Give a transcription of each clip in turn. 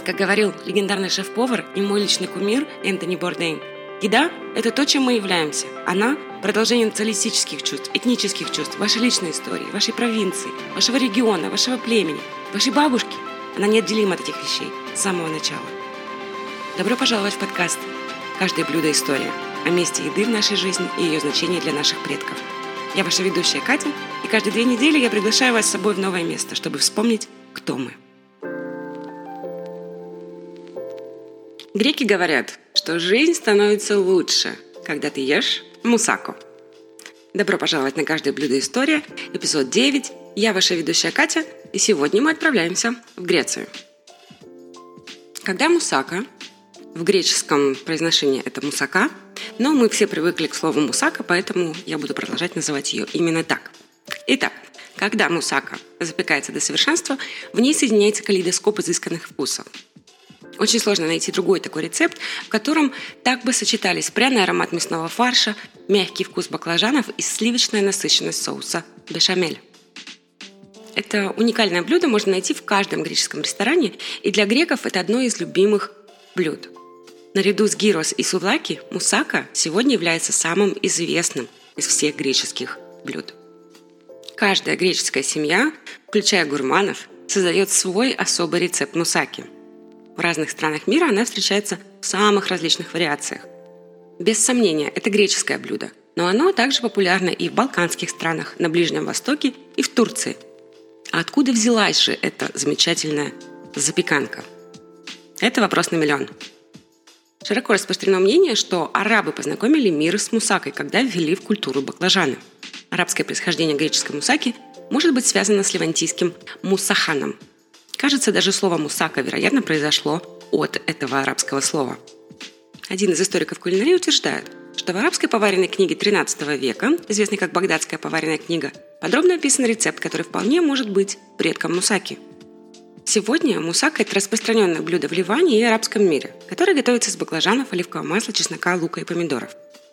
Как говорил легендарный шеф-повар и мой личный кумир Энтони Бордейн, еда – это то, чем мы являемся. Она – продолжение националистических чувств, этнических чувств, вашей личной истории, вашей провинции, вашего региона, вашего племени, вашей бабушки. Она неотделима от этих вещей с самого начала. Добро пожаловать в подкаст «Каждое блюдо – история» о месте еды в нашей жизни и ее значении для наших предков. Я ваша ведущая Катя, и каждые 2 недели я приглашаю вас с собой в новое место, чтобы вспомнить, кто мы. Греки говорят, что жизнь становится лучше, когда ты ешь мусаку. Добро пожаловать на «Каждое блюдо. История», эпизод 9. Я ваша ведущая Катя, и сегодня мы отправляемся в Грецию. Когда мусака, в греческом произношении это мусака, но мы все привыкли к слову мусака, поэтому я буду продолжать называть ее именно так. Итак, когда мусака запекается до совершенства, в ней соединяется калейдоскоп изысканных вкусов. Очень сложно найти другой такой рецепт, в котором так бы сочетались пряный аромат мясного фарша, мягкий вкус баклажанов и сливочная насыщенность соуса бешамель. Это уникальное блюдо можно найти в каждом греческом ресторане, и для греков это одно из любимых блюд. Наряду с гирос и сувлаки мусака сегодня является самым известным из всех греческих блюд. Каждая греческая семья, включая гурманов, создает свой особый рецепт мусаки. В разных странах мира она встречается в самых различных вариациях. Без сомнения, это греческое блюдо, но оно также популярно и в балканских странах, на Ближнем Востоке и в Турции. А откуда взялась же эта замечательная запеканка? Это вопрос на миллион. Широко распространено мнение, что арабы познакомили мир с мусакой, когда ввели в культуру баклажаны. Арабское происхождение греческой мусаки может быть связано с левантийским мусаханом. Кажется, даже слово «мусака», вероятно, произошло от этого арабского слова. Один из историков кулинарии утверждает, что в арабской поваренной книге XIII века, известной как Багдадская поваренная книга, подробно описан рецепт, который вполне может быть предком мусаки. Сегодня мусака – это распространенное блюдо в Ливане и арабском мире, которое готовится из баклажанов, оливкового масла, чеснока, лука и помидоров.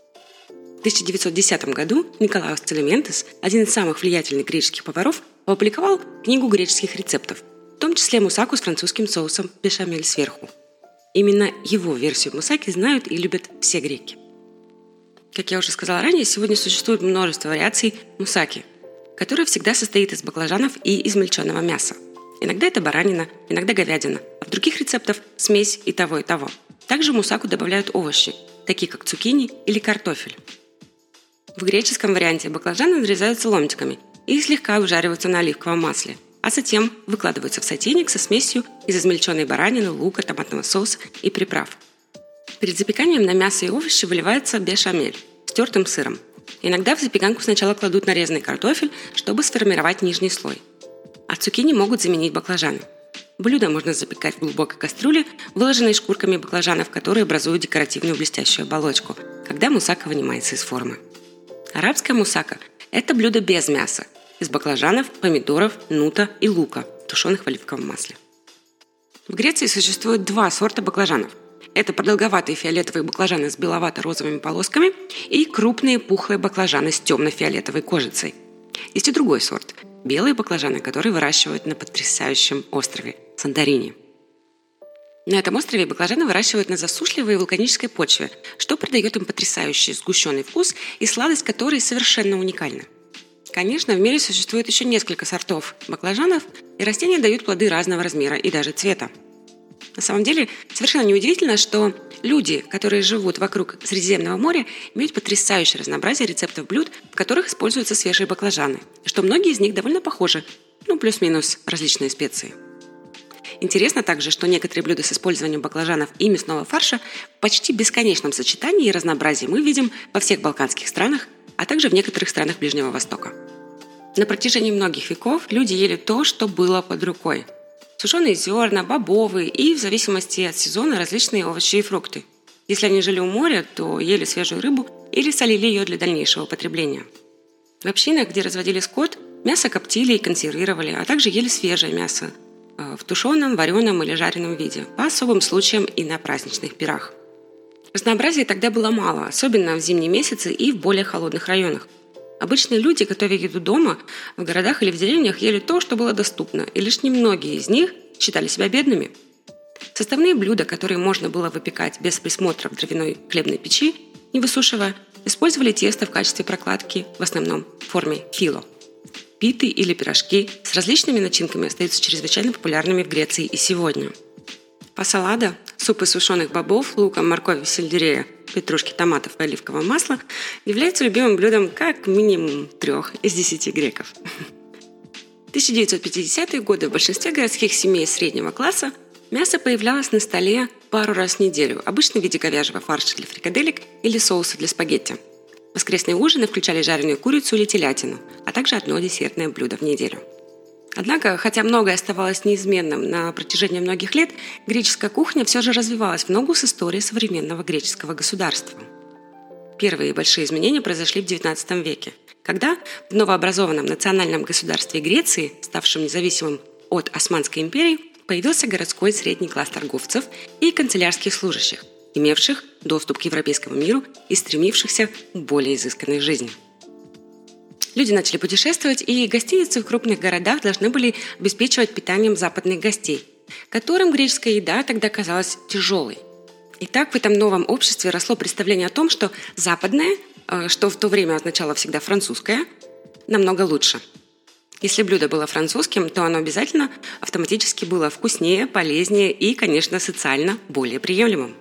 В 1910 году Николаус Целиментес, один из самых влиятельных греческих поваров, опубликовал книгу греческих рецептов, в том числе мусаку с французским соусом бешамель сверху. Именно его версию мусаки знают и любят все греки. Как я уже сказала ранее, сегодня существует множество вариаций мусаки, которая всегда состоит из баклажанов и измельченного мяса. Иногда это баранина, иногда говядина, а в других рецептах смесь и того, и того. Также в мусаку добавляют овощи, такие как цукини или картофель. В греческом варианте баклажаны нарезаются ломтиками и слегка обжариваются на оливковом масле, а затем выкладываются в сотейник со смесью из измельченной баранины, лука, томатного соуса и приправ. Перед запеканием на мясо и овощи выливается бешамель с тертым сыром. Иногда в запеканку сначала кладут нарезанный картофель, чтобы сформировать нижний слой. А цукини могут заменить баклажаны. Блюдо можно запекать в глубокой кастрюле, выложенной шкурками баклажанов, которые образуют декоративную блестящую оболочку, когда мусака вынимается из формы. Арабская мусака – это блюдо без мяса, из баклажанов, помидоров, нута и лука, тушеных в оливковом масле. В Греции существует 2 сорта баклажанов. Это продолговатые фиолетовые баклажаны с беловато-розовыми полосками и крупные пухлые баклажаны с темно-фиолетовой кожицей. Есть и другой сорт – белые баклажаны, которые выращивают на потрясающем острове Санторини. На этом острове баклажаны выращивают на засушливой вулканической почве, что придает им потрясающий сгущенный вкус и сладость, которые совершенно уникальны. Конечно, в мире существует еще несколько сортов баклажанов, и растения дают плоды разного размера и даже цвета. На самом деле, совершенно неудивительно, что люди, которые живут вокруг Средиземного моря, имеют потрясающее разнообразие рецептов блюд, в которых используются свежие баклажаны, и что многие из них довольно похожи, плюс-минус различные специи. Интересно также, что некоторые блюда с использованием баклажанов и мясного фарша в почти бесконечном сочетании и разнообразии мы видим во всех балканских странах, а также в некоторых странах Ближнего Востока. На протяжении многих веков люди ели то, что было под рукой. Сушеные зерна, бобовые и, в зависимости от сезона, различные овощи и фрукты. Если они жили у моря, то ели свежую рыбу или солили ее для дальнейшего потребления. В общинах, где разводили скот, мясо коптили и консервировали, а также ели свежее мясо в тушеном, вареном или жареном виде, по особым случаям и на праздничных пирах. Разнообразия тогда было мало, особенно в зимние месяцы и в более холодных районах. Обычные люди, готовя еду дома, в городах или в деревнях, ели то, что было доступно, и лишь немногие из них считали себя бедными. Составные блюда, которые можно было выпекать без присмотра в дровяной хлебной печи, не высушивая, использовали тесто в качестве прокладки, в основном в форме фило. Питы или пирожки с различными начинками остаются чрезвычайно популярными в Греции и сегодня. Пасалада – суп из сушеных бобов, лука, моркови, сельдерея, петрушки, томатов и оливкового масла – является любимым блюдом как минимум 3 из 10 греков. В 1950-е годы в большинстве городских семей среднего класса мясо появлялось на столе пару раз в неделю, обычно в виде говяжьего фарша для фрикаделек или соуса для спагетти. Воскресные ужины включали жареную курицу или телятину, а также одно десертное блюдо в неделю. Однако, хотя многое оставалось неизменным на протяжении многих лет, греческая кухня все же развивалась в ногу с историей современного греческого государства. Первые большие изменения произошли в XIX веке, когда в новообразованном национальном государстве Греции, ставшем независимым от Османской империи, появился городской средний класс торговцев и канцелярских служащих, имевших доступ к европейскому миру и стремившихся к более изысканной жизни. Люди начали путешествовать, и гостиницы в крупных городах должны были обеспечивать питанием западных гостей, которым греческая еда тогда казалась тяжелой. И так в этом новом обществе росло представление о том, что западное, что в то время означало всегда французское, намного лучше. Если блюдо было французским, то оно обязательно автоматически было вкуснее, полезнее и, конечно, социально более приемлемым.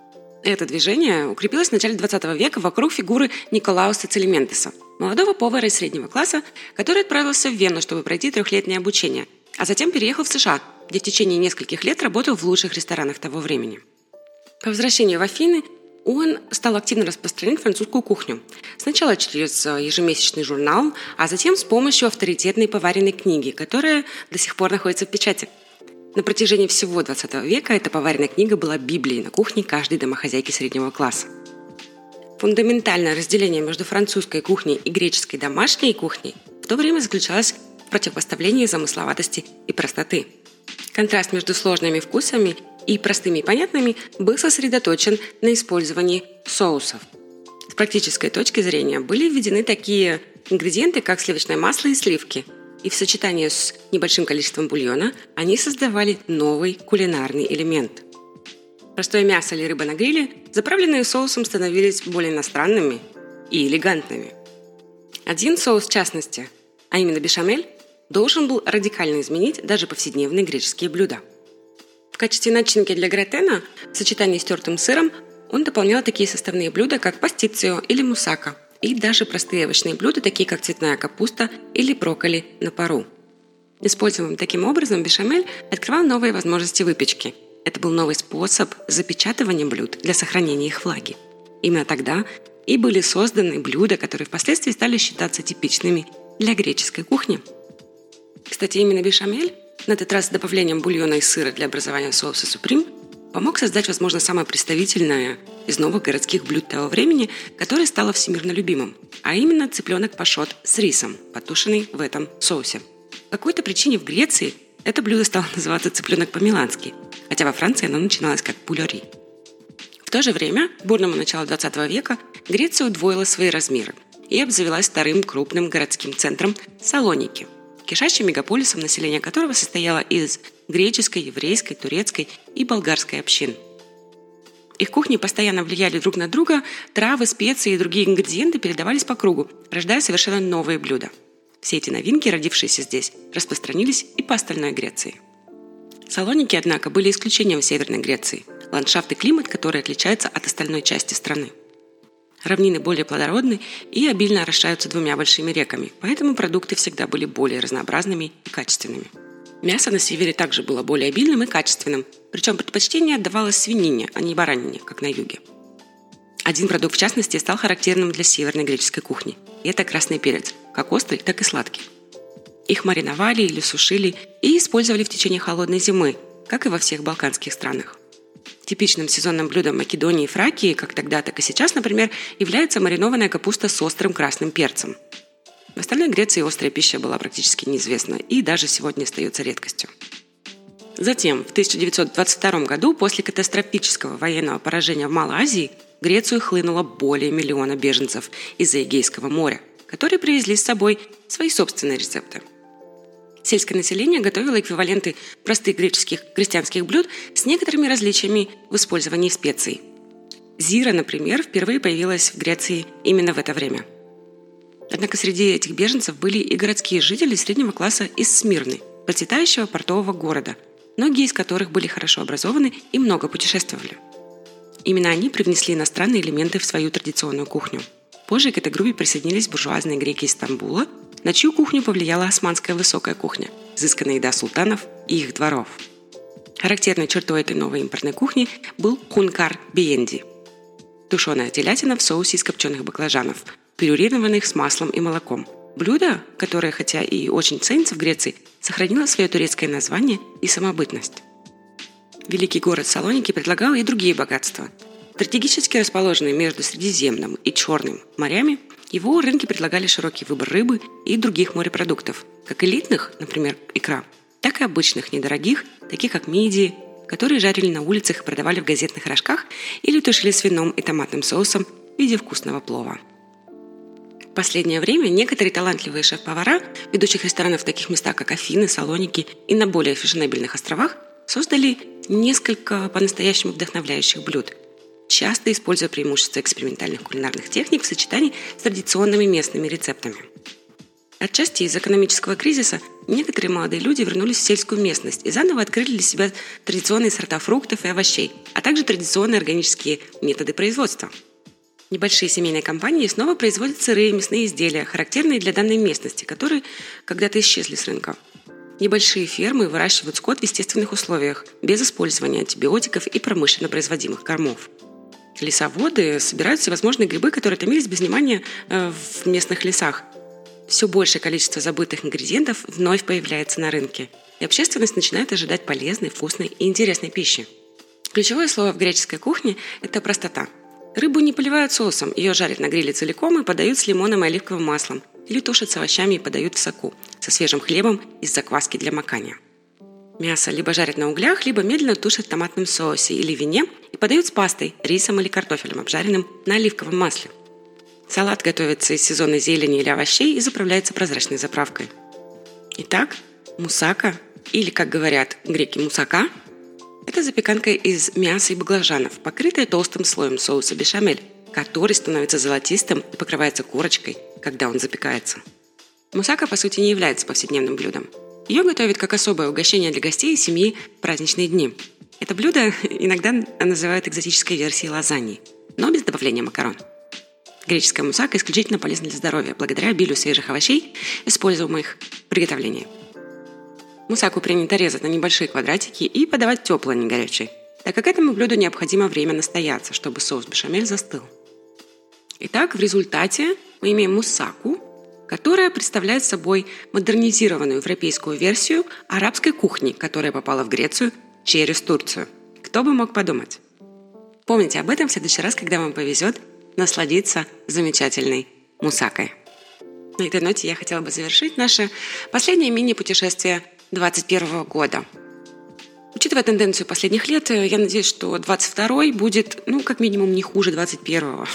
Это движение укрепилось в начале XX века вокруг фигуры Николауса Целиментеса, молодого повара из среднего класса, который отправился в Вену, чтобы пройти 3-летнее обучение, а затем переехал в США, где в течение нескольких лет работал в лучших ресторанах того времени. По возвращению в Афины он стал активно распространять французскую кухню. Сначала через ежемесячный журнал, а затем с помощью авторитетной поваренной книги, которая до сих пор находится в печати. На протяжении всего XX века эта поваренная книга была библией на кухне каждой домохозяйки среднего класса. Фундаментальное разделение между французской кухней и греческой домашней кухней в то время заключалось в противопоставлении замысловатости и простоты. Контраст между сложными вкусами и простыми и понятными был сосредоточен на использовании соусов. С практической точки зрения были введены такие ингредиенты, как сливочное масло и сливки, и в сочетании с небольшим количеством бульона они создавали новый кулинарный элемент. Простое мясо или рыба на гриле, заправленные соусом, становились более иностранными и элегантными. Один соус в частности, а именно бешамель, должен был радикально изменить даже повседневные греческие блюда. В качестве начинки для гратена в сочетании с тертым сыром он дополнял такие составные блюда, как пастицио или мусака, и даже простые овощные блюда, такие как цветная капуста или брокколи на пару. Используемым таким образом бешамель открывал новые возможности выпечки. Это был новый способ запечатывания блюд для сохранения их влаги. Именно тогда и были созданы блюда, которые впоследствии стали считаться типичными для греческой кухни. Кстати, именно бешамель, на этот раз с добавлением бульона и сыра для образования соуса суприм, помог создать, возможно, самое представительное из новых городских блюд того времени, которое стало всемирно любимым, а именно цыпленок пашот с рисом, потушенный в этом соусе. По какой-то причине в Греции это блюдо стало называться цыпленок по-милански, хотя во Франции оно начиналось как пулёри. В то же время, к бурному началу XX века, Греция удвоила свои размеры и обзавелась вторым крупным городским центром Салоники, кишащим мегаполисом, население которого состояло из греческой, еврейской, турецкой и болгарской общин. Их кухни постоянно влияли друг на друга, травы, специи и другие ингредиенты передавались по кругу, рождая совершенно новые блюда. Все эти новинки, родившиеся здесь, распространились и по остальной Греции. Салоники, однако, были исключением в Северной Греции, ландшафт и климат, которые отличаются от остальной части страны. Равнины более плодородны и обильно орошаются 2 большими реками, поэтому продукты всегда были более разнообразными и качественными. Мясо на севере также было более обильным и качественным, причем предпочтение отдавалось свинине, а не баранине, как на юге. Один продукт в частности стал характерным для северной греческой кухни, и это красный перец, как острый, так и сладкий. Их мариновали или сушили и использовали в течение холодной зимы, как и во всех балканских странах. Типичным сезонным блюдом Македонии и Фракии, как тогда, так и сейчас, например, является маринованная капуста с острым красным перцем. В остальной Греции острая пища была практически неизвестна и даже сегодня остается редкостью. Затем, в 1922 году, после катастрофического военного поражения в Малой Азии, в Грецию хлынуло более 1 миллиона беженцев из-за Эгейского моря, которые привезли с собой свои собственные рецепты. Сельское население готовило эквиваленты простых греческих крестьянских блюд с некоторыми различиями в использовании специй. Зира, например, впервые появилась в Греции именно в это время. Однако среди этих беженцев были и городские жители среднего класса из Смирны, процветающего портового города, многие из которых были хорошо образованы и много путешествовали. Именно они привнесли иностранные элементы в свою традиционную кухню. Позже к этой группе присоединились буржуазные греки из Стамбула, на чью кухню повлияла османская высокая кухня, изысканная еда султанов и их дворов. Характерной чертой этой новой импортной кухни был хункар биенди – тушеная телятина в соусе из копченых баклажанов, пюрированных с маслом и молоком. Блюдо, которое, хотя и очень ценится в Греции, сохранило свое турецкое название и самобытность. Великий город Салоники предлагал и другие богатства. Стратегически расположенный между Средиземным и Черным морями, его рынки предлагали широкий выбор рыбы и других морепродуктов, как элитных, например, икра, так и обычных, недорогих, таких как мидии, которые жарили на улицах и продавали в газетных рожках или тушили с вином и томатным соусом в виде вкусного плова. В последнее время некоторые талантливые шеф-повара ведущих ресторанов в таких местах, как Афины, Салоники и на более фешенебельных островах, создали несколько по-настоящему вдохновляющих блюд, часто используя преимущества экспериментальных кулинарных техник в сочетании с традиционными местными рецептами. Отчасти из экономического кризиса некоторые молодые люди вернулись в сельскую местность и заново открыли для себя традиционные сорта фруктов и овощей, а также традиционные органические методы производства. Небольшие семейные компании снова производят сырые мясные изделия, характерные для данной местности, которые когда-то исчезли с рынка. Небольшие фермы выращивают скот в естественных условиях, без использования антибиотиков и промышленно производимых кормов. Лесоводы собирают всевозможные грибы, которые томились без внимания в местных лесах. Все большее количество забытых ингредиентов вновь появляется на рынке, и общественность начинает ожидать полезной, вкусной и интересной пищи. Ключевое слово в греческой кухне – это простота. Рыбу не поливают соусом, ее жарят на гриле целиком и подают с лимоном и оливковым маслом, или тушат с овощами и подают в соку, со свежим хлебом из закваски для макания. Мясо либо жарят на углях, либо медленно тушат в томатном соусе или вине и подают с пастой, рисом или картофелем, обжаренным на оливковом масле. Салат готовится из сезонной зелени или овощей и заправляется прозрачной заправкой. Итак, мусака, или, как говорят греки, мусака, это запеканка из мяса и баклажанов, покрытая толстым слоем соуса бешамель, который становится золотистым и покрывается корочкой, когда он запекается. Мусака, по сути, не является повседневным блюдом. Ее готовят как особое угощение для гостей и семьи в праздничные дни. Это блюдо иногда называют экзотической версией лазаньи, но без добавления макарон. Греческая мусака исключительно полезна для здоровья, благодаря обилию свежих овощей, используемых в приготовлении. Мусаку принято резать на небольшие квадратики и подавать теплой, а не горячей, так как этому блюду необходимо время настояться, чтобы соус бешамель застыл. Итак, в результате мы имеем мусаку, которая представляет собой модернизированную европейскую версию арабской кухни, которая попала в Грецию через Турцию. Кто бы мог подумать? Помните об этом в следующий раз, когда вам повезет насладиться замечательной мусакой. На этой ноте я хотела бы завершить наше последнее мини-путешествие 2021 года. Учитывая тенденцию последних лет, я надеюсь, что 2022 будет, как минимум, не хуже 2021.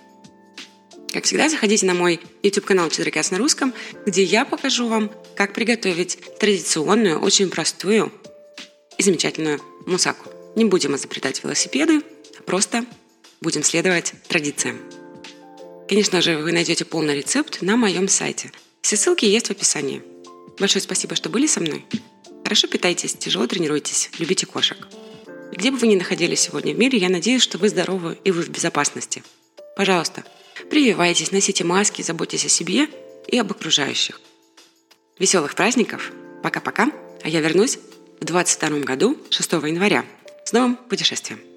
Как всегда, заходите на мой YouTube-канал «Четырекас на русском», где я покажу вам, как приготовить традиционную, очень простую и замечательную мусаку. Не будем изобретать велосипеды, а просто будем следовать традициям. Конечно же, вы найдете полный рецепт на моем сайте. Все ссылки есть в описании. Большое спасибо, что были со мной. Хорошо питайтесь, тяжело тренируйтесь, любите кошек. Где бы вы ни находились сегодня в мире, я надеюсь, что вы здоровы и вы в безопасности. Пожалуйста, прививайтесь, носите маски, заботьтесь о себе и об окружающих. Веселых праздников, пока-пока, а я вернусь в 2022 году, 6 января, с новым путешествием.